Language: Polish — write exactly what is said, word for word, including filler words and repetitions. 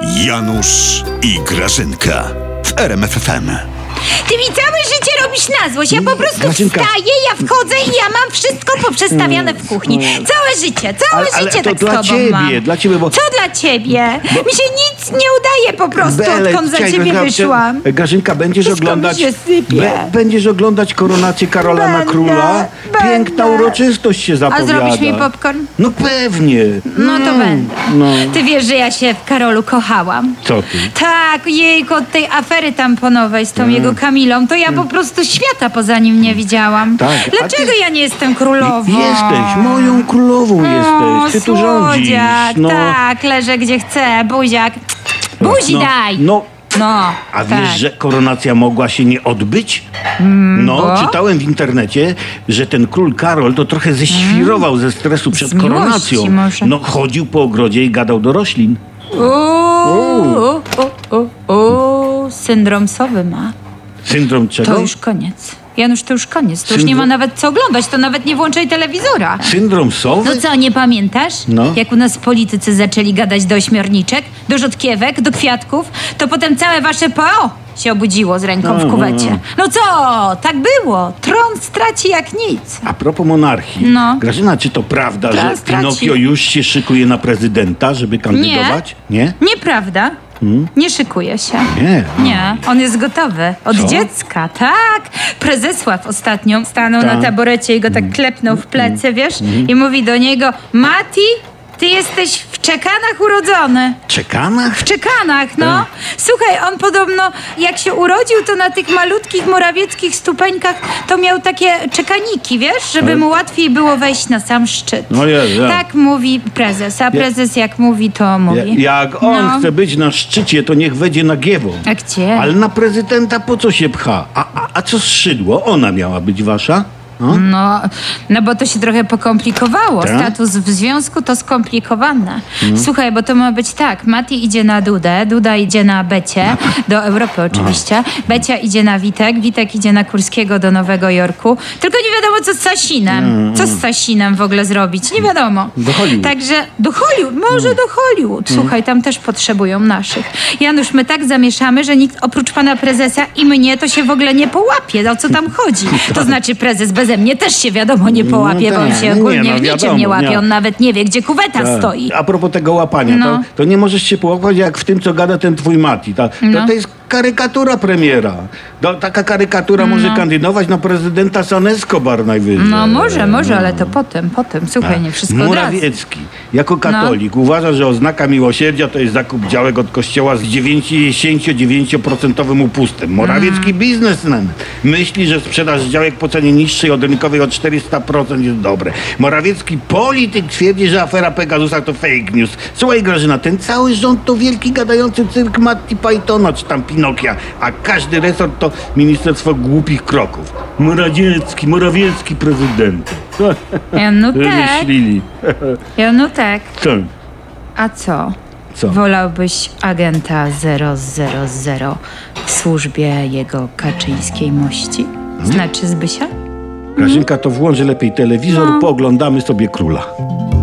Janusz i Grażynka w R M F F M. Ty mi całe życie robisz na złość. Ja po prostu Grażynka. wstaję, ja wchodzę i ja mam wszystko poprzestawiane w kuchni. Całe życie, całe Ale- ale życie to tak dla z tobą ciebie, mam. dla ciebie, bo- Co dla ciebie? Mi się nic nie udaje po prostu, Bele, odkąd za czekaj, ciebie Grażynka, wyszłam. Grażynka, będziesz Wszystko mi oglądać się sypie. będziesz oglądać koronację Karola na Będę, króla. Piękna będę. uroczystość się A zapowiada. zrobisz mi popcorn? No pewnie. No to będę. No. Ty wiesz, że ja się w Karolu kochałam. Co ty? Tak, jejku, od tej afery tamponowej z tą Mm. jego Kamilą, to ja po prostu świata poza nim nie widziałam. Tak, a Dlaczego ty- ja nie jestem królową? Jesteś, moją królową jesteś. Ty tu rządzisz. Słodziak, No. tak, leżę gdzie chcę, buziak. Buzi no, daj! No, No, a tak. wiesz, że koronacja mogła się nie odbyć? No, bo? czytałem w internecie, że ten król Karol to trochę ześwirował ze stresu przed Z miłości koronacją. może. No, chodził po ogrodzie i gadał do roślin. Uuu, u, u, u, syndrom sowy ma. Syndrom czego? To już koniec. Janusz, to już koniec. To już nie Syndrom- ma nawet co oglądać, to nawet nie włączaj telewizora. Syndrom sowy? No co, nie pamiętasz? No. Jak u nas politycy zaczęli gadać do ośmiorniczek, do rzodkiewek, do kwiatków, to potem całe wasze P O się obudziło z ręką w kuwecie. No co? Tak było. Tron straci jak nic. A propos monarchii. No. Grażyna, czy to prawda, Tron że straci. Pinokio już się szykuje na prezydenta, żeby kandydować? Nie? Nieprawda. Nie szykuje się. Nie. Nie, on jest gotowy. Od Co? dziecka, tak. Prezesław ostatnio stanął Tak. na taborecie i go tak klepnął w plecy, wiesz? I mówi do niego, Mati, ty jesteś w Czekanach urodzony. Czekanach? W Czekanach, no. Tak. Słuchaj, on podobno jak się urodził, to na tych malutkich morawieckich stupeńkach to miał takie czekaniki, wiesz? Żeby mu łatwiej było wejść na sam szczyt. No jest, jest. Tak mówi prezes, a prezes jak mówi, to Ja, mówi. jak on No. chce być na szczycie, to niech wejdzie na Giewą. A gdzie? Ale na prezydenta po co się pcha? A, a, a co z Szydło? Ona miała być wasza? No? No, no bo to się trochę pokomplikowało. Tak? Status w związku to skomplikowane. Słuchaj, bo to ma być tak. Mati idzie na Dudę, Duda idzie na Becie, do Europy oczywiście. Becia idzie na Witek, Witek idzie na Kurskiego do Nowego Jorku. Tylko nie wiadomo, co z Sasinem. Co z Sasinem w ogóle zrobić? Nie wiadomo. Do Hollywood. Także do Hollywood, może do Hollywood. Słuchaj, tam też potrzebują naszych. Janusz, my tak zamieszamy, że nikt oprócz pana prezesa i mnie to się w ogóle nie połapie. O co tam chodzi? To znaczy prezes beze mnie też się wiadomo nie połapie, No bo on tak, się no nie, ogólnie no w niczym wiadomo, nie łapie. nie. On nawet nie wie, gdzie kuweta Tak. stoi. A propos tego łapania, No. to, to nie możesz się połapać jak w tym, co gada ten twój Mati. Ta, to, No. to jest karykatura premiera. To, taka karykatura może kandydować na prezydenta San Escobar najwyżej. No może, może, ale to potem, potem. Słuchaj, nie wszystko od razu. Morawiecki, jako katolik, uważa, że oznaka miłosierdzia to jest zakup działek od kościoła z dziewięćdziesiąt dziewięć procent upustem. Morawiecki Mm. biznesmen myśli, że sprzedaż działek po cenie niższej od rynkowej o czterysta procent jest dobre. Morawiecki polityk twierdzi, że afera Pegasusa to fake news. Słuchaj, Grażyna, ten cały rząd to wielki gadający cyrk Monty Pythona czy tam Pinokia, a każdy resort to ministerstwo głupich kroków. Morawiecki, Morawiecki prezydent. Ja, no tak, Wymyślili. ja, no tak. Co? A co? Co? Wolałbyś agenta zero zero zero w służbie jego kaczyńskiej mości? Znaczy Zbysia? Grażynka, to włączy lepiej telewizor, No. pooglądamy sobie króla.